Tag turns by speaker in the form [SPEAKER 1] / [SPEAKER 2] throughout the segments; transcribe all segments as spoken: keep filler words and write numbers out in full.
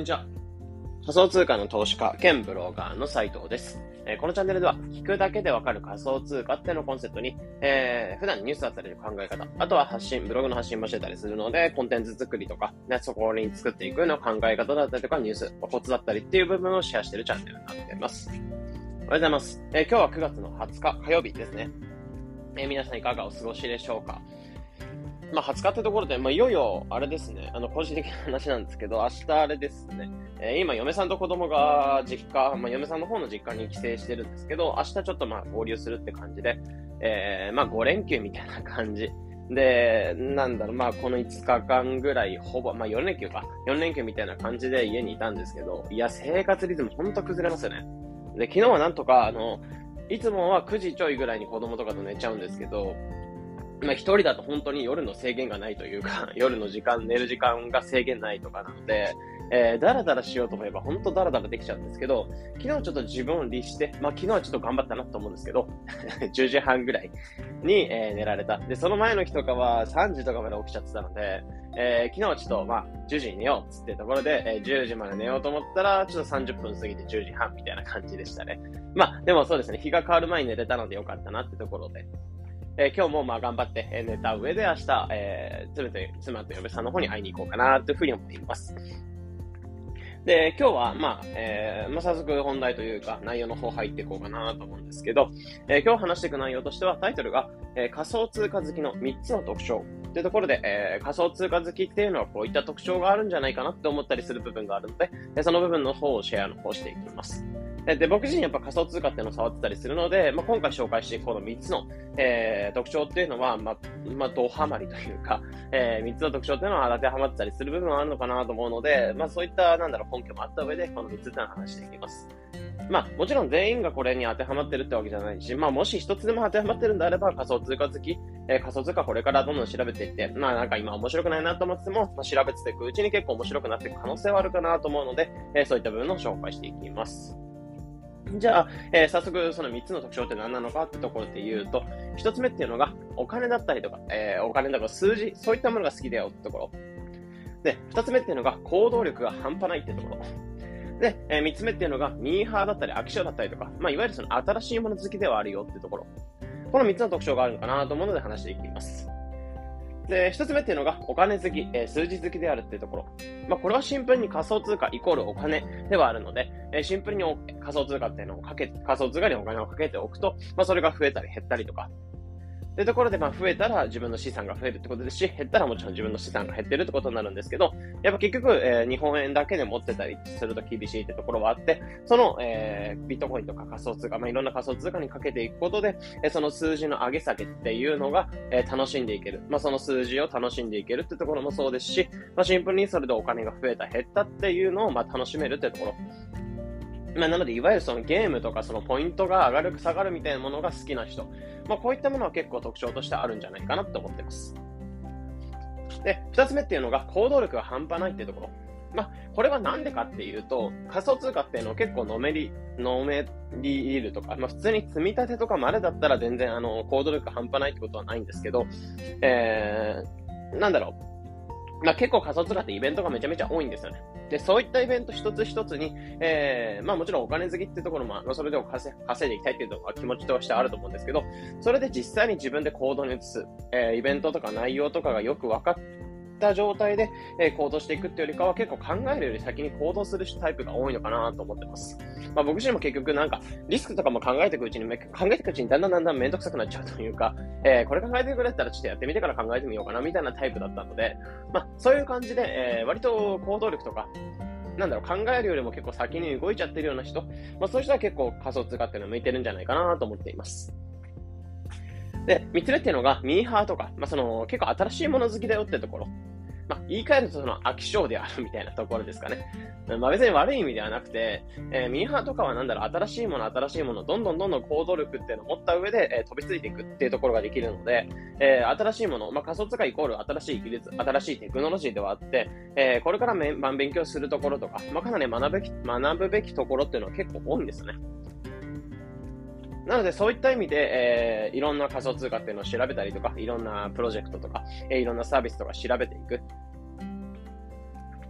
[SPEAKER 1] にちは。仮想通貨の投資家兼ブロガーの斉藤です。えー、このチャンネルでは聞くだけでわかる仮想通貨っていうのをコンセプトに、えー、普段ニュースだったりの考え方、あとは発信、ブログの発信もしてたりするので、コンテンツ作りとか、ね、そこに作っていくような考え方だったりとか、ニュース、コツだったりっていう部分をシェアしているチャンネルになっています。おはようございます。えー、今日はくがつのはつか火曜日ですね。えー、皆さんいかがお過ごしでしょうか。まあ、はつかってところで、まあ、いよいよ、あれですね、あの、個人的な話なんですけど、明日あれですね、えー、今、嫁さんと子供が実家、まあ、嫁さんの方の実家に帰省してるんですけど、明日ちょっとまあ、合流するって感じで、えー、まあ、ご連休みたいな感じ。で、なんだろう、まあ、このいつかかんぐらい、ほぼ、まあ、よん連休か、よん連休みたいな感じで家にいたんですけど、いや、生活リズムほんと崩れますよね。で、昨日はなんとか、あの、いつもはくじちょいぐらいに子供とかと寝ちゃうんですけど、まあ一人だと本当に夜の制限がないというか、夜の時間、寝る時間が制限ないとかなので、えー、だらだらしようと思えば本当だらだらできちゃうんですけど、昨日ちょっと自分を律して、まあ昨日はちょっと頑張ったなと思うんですけど、じゅうじはんぐらいに、えー、寝られた。で、その前の日とかはさんじとかまで起きちゃってたので、えー、昨日はちょっとまあじゅうじに寝ようっつってところで、えー、じゅうじまで寝ようと思ったら、ちょっとさんじゅっぷん過ぎてじゅうじはんみたいな感じでしたね。まあでもそうですね、日が変わる前に寝れたのでよかったなってところで、えー、今日もまあ頑張って、えー、寝た上で明日、えー、妻と、妻と嫁さんの方に会いに行こうかなというふうに思っています。で、今日はまあ、えー、まあ早速本題というか内容の方入っていこうかなと思うんですけど、えー、今日話していく内容としてはタイトルが、えー、仮想通貨好きのみっつの特徴というところで、えー、仮想通貨好きっていうのはこういった特徴があるんじゃないかなって思ったりする部分があるので、その部分の方をシェアの方していきます。で、僕自身やっぱ仮想通貨っていうのを触ってたりするので、まあ、今回紹介していくこのみっつの、えー、特徴っていうのは、まあ、まあ、ドハマりというか、えー、みっつの特徴っていうのは当てはまってたりする部分はあるのかなと思うので、まあ、そういった、なんだろう、根拠もあった上で、このみっつっていうのを話していきます。まあ、もちろん全員がこれに当てはまってるってわけじゃないし、まあ、もし一つでも当てはまってるんであれば、仮想通貨好き、えー、仮想通貨これからどんどん調べていって、まあ、なんか今面白くないなと思ってても、まあ、調べていくうちに結構面白くなっていく可能性はあるかなと思うので、えー、そういった部分を紹介していきます。じゃあ、えー、早速そのみっつの特徴って何なのかってところで言うと、ひとつめっていうのがお金だったりとか、えー、お金だとか数字、そういったものが好きだよってところ。で、ふたつめっていうのが行動力が半端ないってところ。で、えー、みっつめっていうのがミーハーだったり飽き性だったりとか、まあ、いわゆるその新しいもの好きではあるよってところ。このみっつの特徴があるのかなと思うので話していきます。で、一つ目っていうのがお金好き、えー、数字好きであるっていうところ。まあ、これはシンプルに仮想通貨イコールお金ではあるので、えー、シンプルに仮想通貨っていうのをかけ、仮想通貨にお金をかけておくと、まあ、それが増えたり減ったりとか。というところで、まあ、増えたら自分の資産が増えるってことですし、減ったらもちろん自分の資産が減ってるってことになるんですけど、やっぱ結局、えー、日本円だけで持ってたりすると厳しいってところはあって、その、えー、ビットコインとか仮想通貨、まあ、いろんな仮想通貨にかけていくことで、えー、その数字の上げ下げっていうのが、えー、楽しんでいける。まあ、その数字を楽しんでいけるってところもそうですし、まあ、シンプルにそれでお金が増えた、減ったっていうのを、まあ、楽しめるってところ。まあ、なので、いわゆるそのゲームとかそのポイントが上がる、下がるみたいなものが好きな人。まあ、こういったものは結構特徴としてあるんじゃないかなと思ってます。で、二つ目っていうのが行動力が半端ないっていうところ。まあ、これはなんでかっていうと、仮想通貨っていうのは結構のめり、のめりるとか、まあ、普通に積み立てとかまでだったら全然あの、行動力が半端ないってことはないんですけど、えー、なんだろう。まあ、結構仮想通貨ってイベントがめちゃめちゃ多いんですよね。で、そういったイベント一つ一つに、えー、まあもちろんお金好きってところも、まあ、それでも稼いでいきたいっていうのは気持ちとしてあると思うんですけど、それで実際に自分で行動に移す、えー、イベントとか内容とかがよく分かった状態で、えー、行動していくっていうよりかは結構考えるより先に行動するタイプが多いのかなと思ってます。まあ僕自身も結局なんかリスクとかも考えていくうちに、考えていくうちにだんだんだんだんめんどくさくなっちゃうというか、えー、これ考えてくれたらちょっとやってみてから考えてみようかなみたいなタイプだったので、まあそういう感じで、えー、割と行動力とか、なんだろう、考えるよりも結構先に動いちゃってるような人、まあそういう人は結構仮想通貨っていうのは向いてるんじゃないかなと思っています。で、三つ目っていうのがミーハーとか、まあその結構新しいもの好きだよってところ。まあ、言い換えるとその飽き性であるみたいなところですかね。まあ別に悪い意味ではなくて、えー、ミーハーとかはなんだろう、新しいもの、新しいもの、どんどんどんどん行動力っていうのを持った上で、えー、飛びついていくっていうところができるので、えー、新しいもの、まあ仮想通貨イコール新しい技術、新しいテクノロジーではあって、えー、これからめ、まあ、勉強するところとか、まあかなり学ぶべき、学ぶべきところっていうのは結構多いんですよね。なので、そういった意味で、えー、いろんな仮想通貨っていうのを調べたりとか、いろんなプロジェクトとか、えー、いろんなサービスとか調べていく。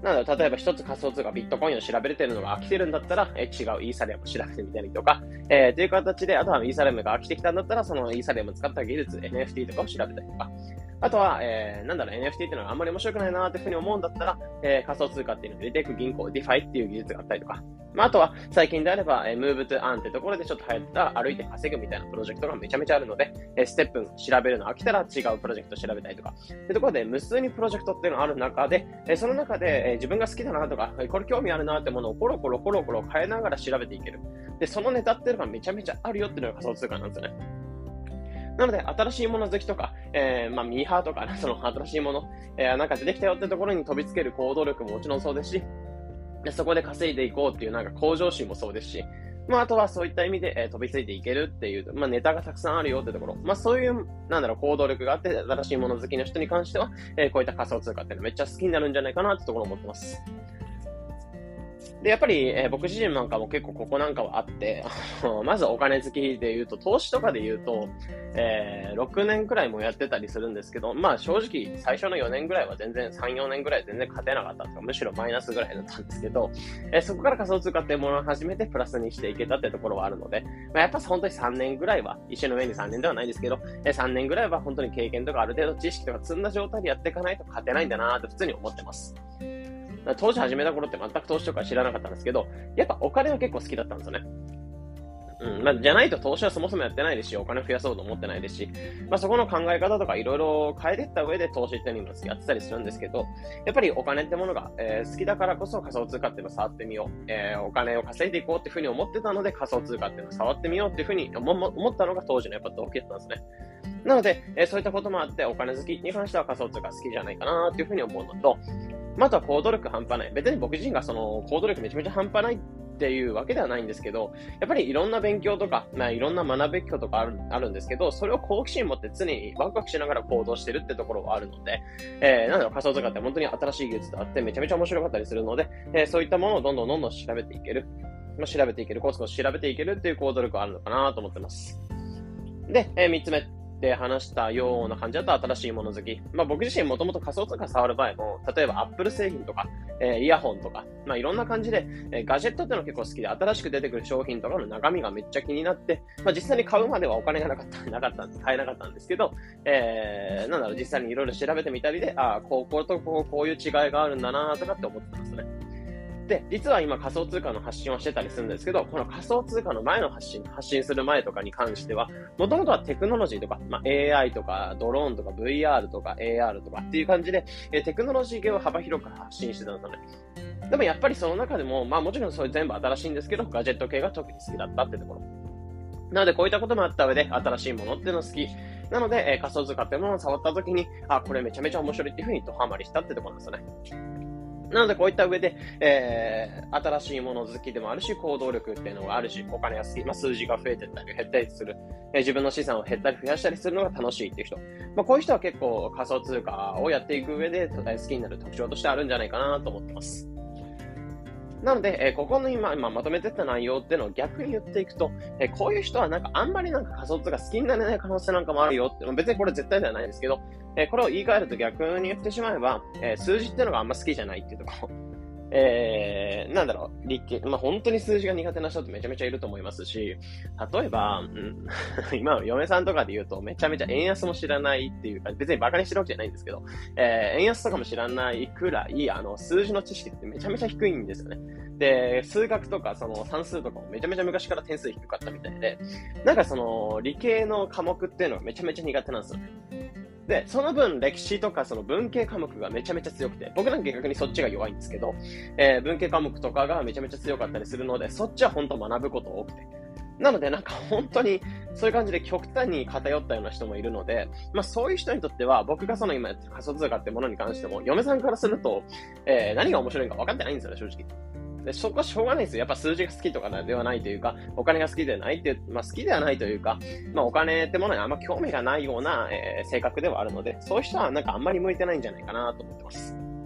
[SPEAKER 1] なんだろう、例えば一つ仮想通貨ビットコインを調べれてるのが飽きてるんだったら、え違うイーサリアムを調べてみたりとか、えー、という形で、あとはイーサリアムが飽きてきたんだったら、そのイーサリアムを使った技術、エヌエフティー とかを調べたりとか、あとは、えー、なんだろう、エヌエフティー っていうのがあんまり面白くないなーっていうふうに思うんだったら、えー、仮想通貨っていうのを入れていく銀行、ディファイっていう技術があったりとか、まあ、あとは、最近であれば、えー、Move to Earn ってところでちょっと流行った歩いて稼ぐみたいなプロジェクトがめちゃめちゃあるので、えー、ステップ調べるの飽きたら違うプロジェクト調べたりとか、ってところで無数にプロジェクトっていうのがある中で、えー、その中で、えー、自分が好きだなとか、これ興味あるなってものをコロコロコロコロ変えながら調べていける。で、そのネタっていうのがめちゃめちゃあるよっていうのが仮想通貨なんですよね。なので、新しいもの好きとか、えー、まあ、ミーハーとか、その新しいもの、えー、なんか出てきたよってところに飛びつける行動力ももちろんそうですし、でそこで稼いでいこうっていうなんか向上心もそうですし、まあ、あとはそういった意味で、えー、飛びついていけるっていう、まあ、ネタがたくさんあるよってところ、まあ、そういう、なんだろう、行動力があって、新しいもの好きの人に関しては、えー、こういった仮想通貨っていうのめっちゃ好きになるんじゃないかなってところを思ってます。で、やっぱり、えー、僕自身なんかも結構ここなんかはあって、まずお金好きで言うと、投資とかで言うと、えー、ろくねんくらいもやってたりするんですけど、まあ正直最初のよねんぐらいは全然、さん、よねんぐらい全然勝てなかったとか、むしろマイナスぐらいだったんですけど、えー、そこから仮想通貨っていうものを始めてプラスにしていけたってところはあるので、まあ、やっぱ本当にさんねんぐらいは、石の上にさんねんではないですけど、えー、さんねんぐらいは本当に経験とかある程度知識とか積んだ状態でやっていかないと勝てないんだなって普通に思ってます。当時始めた頃って全く投資とか知らなかったんですけど、やっぱお金は結構好きだったんですよね。うん。まあ、じゃないと投資はそもそもやってないですし、お金増やそうと思ってないですし、まあそこの考え方とかいろいろ変えていった上で投資っていうのをやってたりするんですけど、やっぱりお金ってものが、えー、好きだからこそ仮想通貨っていうのを触ってみよう。えー、お金を稼いでいこうっていうふうに思ってたので仮想通貨っていうのを触ってみようっていうふうに思ったのが当時のやっぱ動機だったんですね。なので、えー、そういったこともあってお金好きに関しては仮想通貨好きじゃないかなっていうふうに思うのと、まあ、あとは行動力半端ない。別に僕自身がその行動力めちゃめちゃ半端ないっていうわけではないんですけど、やっぱりいろんな勉強とか、まあ、いろんな学ぶべきことがある、あるんですけど、それを好奇心持って常にワクワクしながら行動してるってところはあるので、えー、なんだろう、仮想通貨って本当に新しい技術があってめちゃめちゃ面白かったりするので、えー、そういったものをどんどんどんどん調べていける。まあ、調べていける、コツコツ調べていけるっていう行動力があるのかなと思ってます。で、えー、三つ目。で話したような感じだと新しいもの好き。まあ僕自身もともと仮想通貨触る場合も、例えば Apple 製品とか、えー、イヤホンとか、まあいろんな感じで、えー、ガジェットっていうの結構好きで、新しく出てくる商品とかの中身がめっちゃ気になって、まあ実際に買うまではお金がなかった、なかったんで、買えなかったんですけど、えー、なんだろう、実際にいろいろ調べてみたりで、ああ、こう、こうとこう、こういう違いがあるんだなとかって思ってますね。で、実は今仮想通貨の発信をしてたりするんですけど、この仮想通貨の前の発信、発信する前とかに関しては、もともとはテクノロジーとか、まあ、エーアイ とか、ドローンとか、ブイアール とか、エーアール とかっていう感じで、えー、テクノロジー系を幅広く発信してたんですよね。でもやっぱりその中でも、まあもちろんそれ全部新しいんですけど、ガジェット系が特に好きだったってところ。なのでこういったこともあった上で、新しいものっていうの好き。なので、えー、仮想通貨っていうものを触った時に、あ、これめちゃめちゃ面白いっていう風にドハマりしたってところなんですよね。なのでこういった上で、えー、新しいもの好きでもあるし、行動力っていうのがあるし、お金が好き、まあ、数字が増えてったり減ったりする、えー、自分の資産を減ったり増やしたりするのが楽しいっていう人。まあ、こういう人は結構仮想通貨をやっていく上で好きになる特徴としてあるんじゃないかなと思ってます。なので、えー、ここの今、今まとめてった内容っていうのを逆に言っていくと、えー、こういう人はなんかあんまりなんか仮想通貨好きになれない可能性なんかもあるよって、別にこれ絶対ではないですけど、えー、これを言い換えると逆に言ってしまえば、えー、数字っていうのがあんま好きじゃないっていうところ。えー、なんだろう、立憲、まあ、本当に数字が苦手な人ってめちゃめちゃいると思いますし、例えば、うん、今の嫁さんとかで言うとめちゃめちゃ円安も知らないっていうか、別にバカにしてるわけじゃないんですけど、えー、円安とかも知らないくらい、あの、数字の知識ってめちゃめちゃ低いんですよね。で、数学とかその算数とかもめちゃめちゃ昔から点数低かったみたいで、なんかその理系の科目っていうのがめちゃめちゃ苦手なんですよね。で、その分歴史とかその文系科目がめちゃめちゃ強くて、僕なんか逆にそっちが弱いんですけど、えー、文系科目とかがめちゃめちゃ強かったりするので、そっちは本当学ぶこと多くて。なのでなんか本当にそういう感じで極端に偏ったような人もいるので、まあそういう人にとっては僕がその今やってる仮想通貨ってものに関しても、嫁さんからすると、えー、何が面白いか分かってないんですよね、正直。で、そこはしょうがないですよ。やっぱ数字が好きとかではないというか、お金が好きではないっていう、まあ好きではないというか、まあお金ってものにあんま興味がないような、えー、性格ではあるので、そういう人はなんかあんまり向いてないんじゃないかなと思ってます。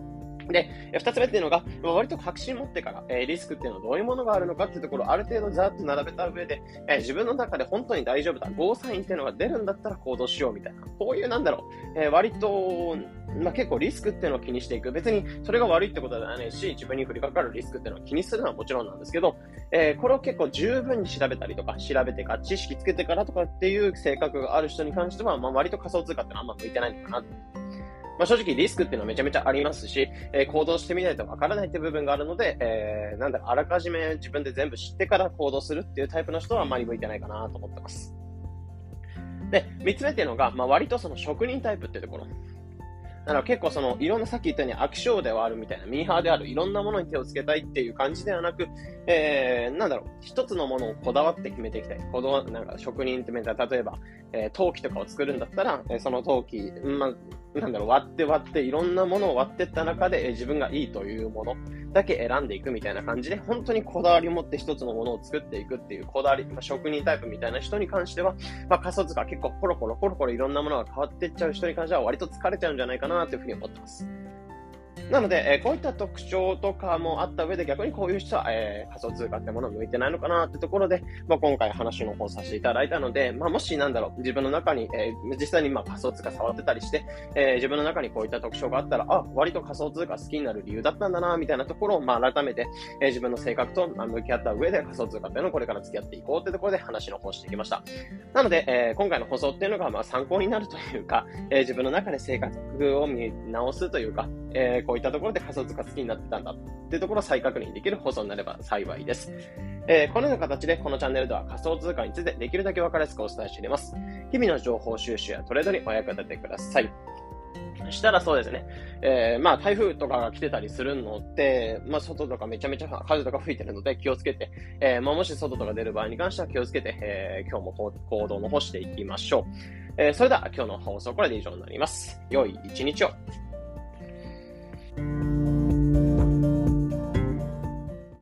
[SPEAKER 1] で、二つ目っていうのが、割と確信持ってから、えー、リスクっていうのはどういうものがあるのかっていうところをある程度ざっと並べた上で、えー、自分の中で本当に大丈夫だ、ゴーサインっていうのが出るんだったら行動しようみたいな、こういうなんだろう、えー、割と、まあ、結構リスクっていうのを気にしていく。別にそれが悪いってことではないし、自分に降りかかるリスクっていうのを気にするのはもちろんなんですけど、えー、これを結構十分に調べたりとか、調べてから知識つけてからとかっていう性格がある人に関しては、まあ、割と仮想通貨ってのはあんま向いてないのかな。まあ、正直リスクっていうのはめちゃめちゃありますし、えー、行動してみないとわからないって部分があるので、えー、なんだろう、あらかじめ自分で全部知ってから行動するっていうタイプの人はあまり向いてないかなと思ってます。で、三つ目っていうのが、まあ、割とその職人タイプっていうところ。だから結構その、いろんなさっき言ったように飽き性ではあるみたいな、ミーハーである、いろんなものに手をつけたいっていう感じではなく、えー、なんだろう、一つのものをこだわって決めていきたい。こだわ、なんか職人ってめたら、例えば、えー、陶器とかを作るんだったら、えー、その陶器、まあ、なんだろう、割って割って、いろんなものを割っていった中で、えー、自分がいいというものだけ選んでいくみたいな感じで、本当にこだわりを持って一つのものを作っていくっていう、こだわり、まあ、職人タイプみたいな人に関しては、まあ、仮想通貨結構コロコロコロコロいろんなものが変わっていっちゃう人に関しては、割と疲れちゃうんじゃないかなというふうに思ってます。なので、えー、こういった特徴とかもあった上で逆にこういう人は、えー、仮想通貨ってものを向いてないのかなってところで、まあ、今回話の方させていただいたので、まあ、もしなんだろう、自分の中に、えー、実際にまあ仮想通貨触ってたりして、えー、自分の中にこういった特徴があったら、あ、割と仮想通貨好きになる理由だったんだな、みたいなところを、まあ、改めて、えー、自分の性格と向き合った上で仮想通貨っていうのをこれから付き合っていこうってところで話の方してきました。なので、えー、今回の放送っていうのがまあ参考になるというか、えー、自分の中で性格を見直すというか、えー、こういったところで仮想通貨好きになってたんだっていうところを再確認できる放送になれば幸いです。えー、このような形でこのチャンネルでは仮想通貨についてできるだけ分かりやすくお伝えしています。日々の情報収集やトレードにお役立てください。そしたらそうですね。えー、まあ台風とかが来てたりするので、まあ外とかめちゃめちゃ風とか吹いてるので気をつけて、えー、まあもし外とか出る場合に関しては気をつけて、えー、今日も行動の方していきましょう。えー、それでは今日の放送これで以上になります。良い一日を。